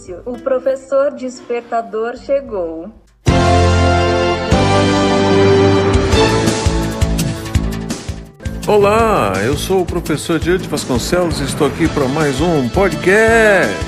silêncio, o professor despertador chegou. Olá, eu sou o professor Diante Vasconcelos e estou aqui para mais um podcast.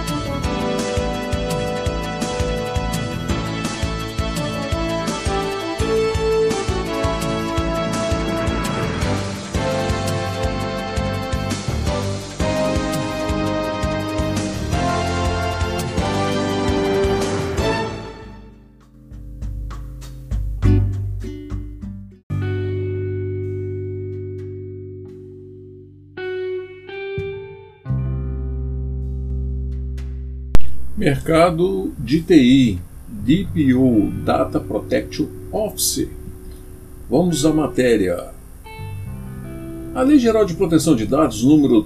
Mercado de TI, DPO, Data Protection Officer. Vamos à matéria. A Lei Geral de Proteção de Dados, número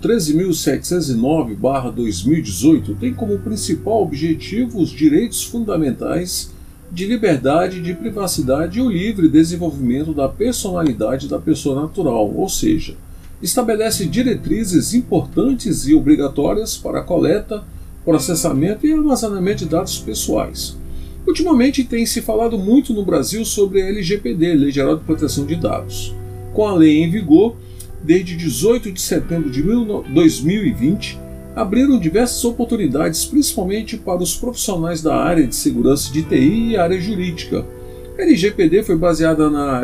13.709/2018, tem como principal objetivo os direitos fundamentais de liberdade, de privacidade e o livre desenvolvimento da personalidade da pessoa natural, ou seja, estabelece diretrizes importantes e obrigatórias para a coleta, processamento e armazenamento de dados pessoais. Ultimamente tem se falado muito no Brasil sobre a LGPD, Lei Geral de Proteção de Dados. Com a lei em vigor, desde 18 de setembro de 2020, abriram diversas oportunidades, principalmente para os profissionais da área de segurança de TI e área jurídica. A LGPD foi baseada na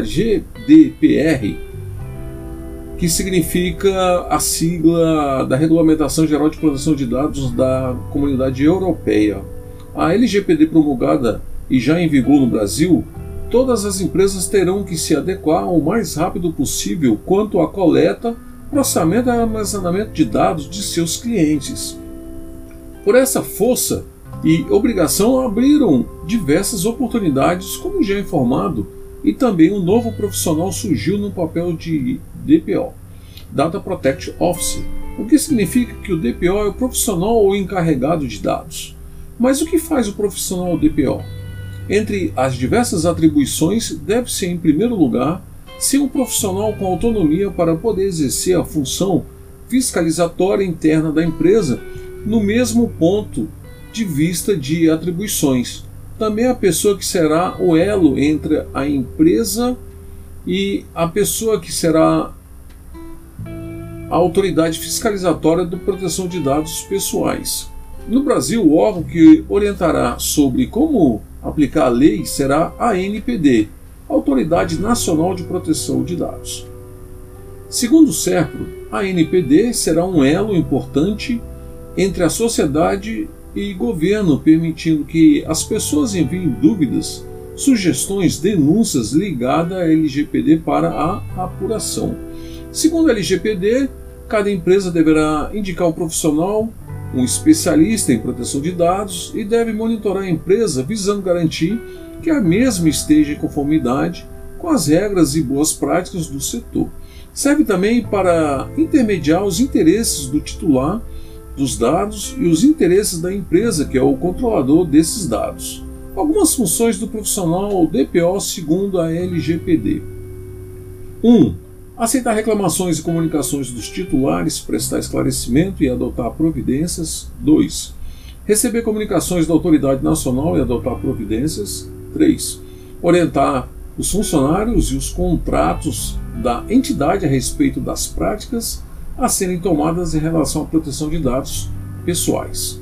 GDPR, que significa a sigla da Regulamentação Geral de Proteção de Dados da Comunidade Europeia. A LGPD promulgada e já em vigor no Brasil, todas as empresas terão que se adequar o mais rápido possível quanto à coleta, processamento e armazenamento de dados de seus clientes. Por essa força e obrigação abriram diversas oportunidades, como já informado, e também um novo profissional surgiu no papel de DPO, Data Protection Officer, o que significa que o DPO é o profissional ou encarregado de dados. Mas o que faz o profissional DPO? Entre as diversas atribuições, deve-se, em primeiro lugar, ser um profissional com autonomia para poder exercer a função fiscalizatória interna da empresa no mesmo ponto de vista de atribuições. Também a pessoa que será o elo entre a empresa e a pessoa que será a autoridade fiscalizatória de proteção de dados pessoais. No Brasil, o órgão que orientará sobre como aplicar a lei será a ANPD, Autoridade Nacional de Proteção de Dados. Segundo o SERPRO, a ANPD será um elo importante entre a sociedade e governo, permitindo que as pessoas enviem dúvidas, sugestões, denúncias ligadas à LGPD para a apuração. Segundo a LGPD, cada empresa deverá indicar um profissional, um especialista em proteção de dados e deve monitorar a empresa visando garantir que a mesma esteja em conformidade com as regras e boas práticas do setor. Serve também para intermediar os interesses do titular dos dados e os interesses da empresa, que é o controlador desses dados. Algumas funções do profissional DPO segundo a LGPD. 1. Aceitar reclamações e comunicações dos titulares, prestar esclarecimento e adotar providências. 2. Receber comunicações da autoridade nacional e adotar providências. 3. Orientar os funcionários e os contratos da entidade a respeito das práticas a serem tomadas em relação à proteção de dados pessoais.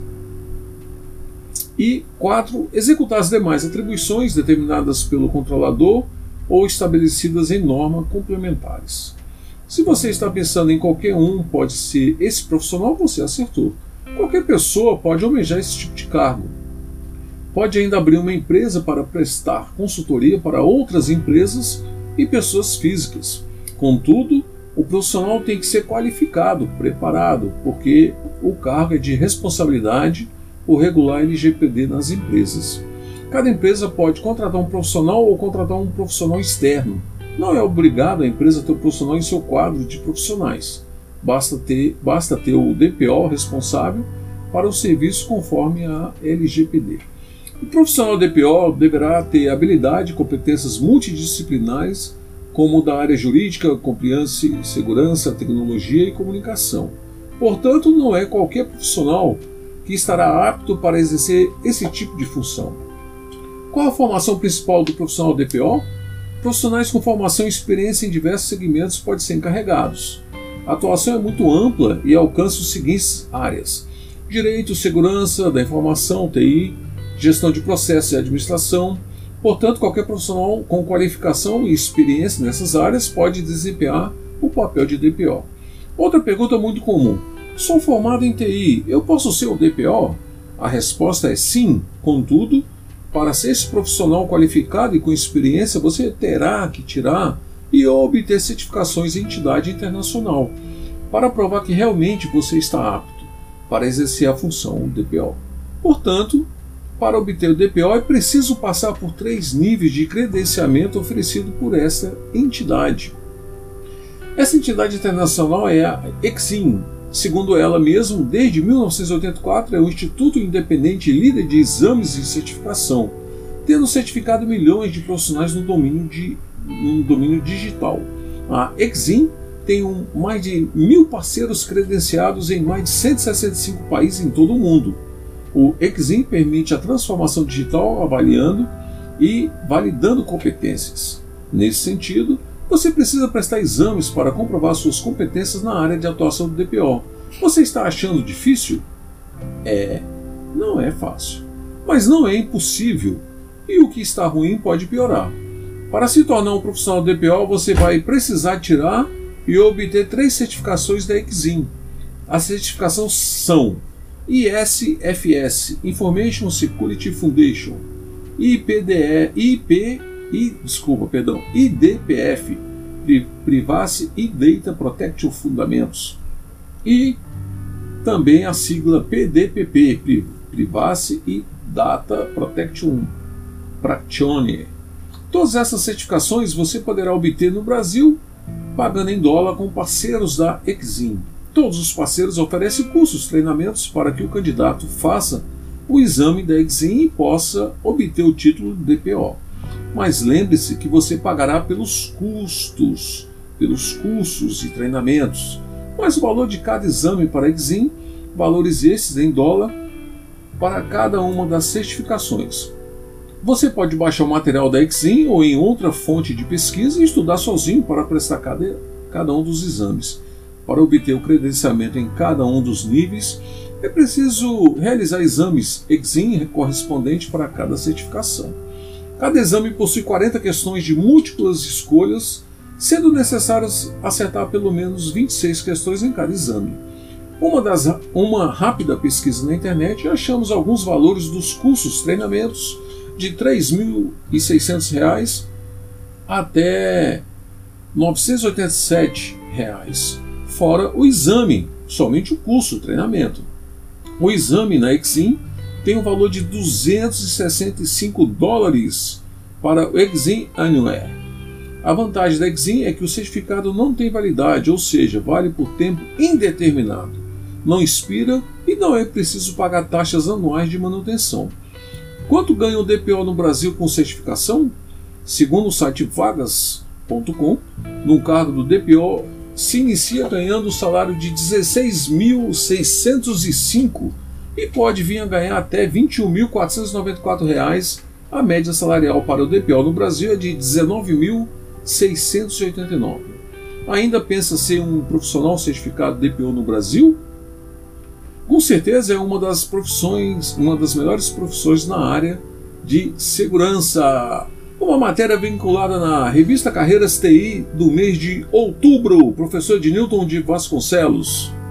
E 4. Executar as demais atribuições determinadas pelo controlador ou estabelecidas em normas complementares. Se você está pensando em qualquer um, pode ser esse profissional, você acertou. Qualquer pessoa pode almejar esse tipo de cargo. Pode ainda abrir uma empresa para prestar consultoria para outras empresas e pessoas físicas. Contudo, o profissional tem que ser qualificado, preparado, porque o cargo é de responsabilidade por regular LGPD nas empresas. Cada empresa pode contratar um profissional ou contratar um profissional externo. Não é obrigado a empresa ter um profissional em seu quadro de profissionais. Basta ter o DPO responsável para o serviço conforme a LGPD. O profissional DPO deverá ter habilidade e competências multidisciplinares, como da área jurídica, compliance, segurança, tecnologia e comunicação. Portanto, não é qualquer profissional que estará apto para exercer esse tipo de função. Qual a formação principal do profissional DPO? Profissionais com formação e experiência em diversos segmentos podem ser encarregados. A atuação é muito ampla e alcança as seguintes áreas: direito, segurança da informação, TI, gestão de processos e administração. Portanto, qualquer profissional com qualificação e experiência nessas áreas pode desempenhar o papel de DPO. Outra pergunta muito comum: sou formado em TI, eu posso ser um DPO? A resposta é sim, contudo, para ser esse profissional qualificado e com experiência, você terá que tirar e obter certificações em entidade internacional para provar que realmente você está apto para exercer a função DPO. Portanto, para obter o DPO é preciso passar por 3 níveis de credenciamento oferecido por essa entidade. Essa entidade internacional é a EXIM. Segundo ela mesma, desde 1984 é o Instituto Independente Líder de Exames e Certificação, tendo certificado milhões de profissionais no domínio digital. A EXIM tem mais de 1.000 parceiros credenciados em mais de 165 países em todo o mundo. O EXIM permite a transformação digital avaliando e validando competências. Nesse sentido, você precisa prestar exames para comprovar suas competências na área de atuação do DPO. Você está achando difícil? Não é fácil, mas não é impossível, e o que está ruim pode piorar. Para se tornar um profissional DPO, você vai precisar tirar e obter 3 certificações da EXIM. As certificações são ISFS, Information Security Foundation, IDPF, Privacy e Data Protection Fundamentos, e também a sigla PDPP, Privacy e Data Protection Practitioner. Todas essas certificações você poderá obter no Brasil pagando em dólar com parceiros da EXIM. Todos os parceiros oferecem cursos, treinamentos para que o candidato faça o exame da EXIM e possa obter o título de DPO. Mas lembre-se que você pagará pelos custos, pelos cursos e treinamentos. Mas o valor de cada exame para a EXIM, valores esses em dólar para cada uma das certificações. Você pode baixar o material da EXIM ou em outra fonte de pesquisa e estudar sozinho para prestar cada um dos exames. Para obter o credenciamento em cada um dos níveis, é preciso realizar exames EXIM correspondente para cada certificação. Cada exame possui 40 questões de múltiplas escolhas, sendo necessários acertar pelo menos 26 questões em cada exame. Uma rápida pesquisa na internet, achamos alguns valores dos cursos, treinamentos de R$ 3.600 até R$ 987, fora o exame, somente o curso, o treinamento. O exame na EXIM tem um valor de $265 para o EXIM Annual. A vantagem da EXIM é que o certificado não tem validade, ou seja, vale por tempo indeterminado, não expira e não é preciso pagar taxas anuais de manutenção. Quanto ganha o DPO no Brasil com certificação? Segundo o site vagas.com, no cargo do DPO se inicia ganhando o salário de R$ 16.605 e pode vir a ganhar até R$ 21.494. A média salarial para o DPO no Brasil é de R$ 19.689. Ainda pensa ser um profissional certificado DPO no Brasil? Com certeza é uma das melhores profissões na área de segurança. Uma matéria vinculada na revista Carreiras TI do mês de outubro, professor Ednilton de Vasconcelos.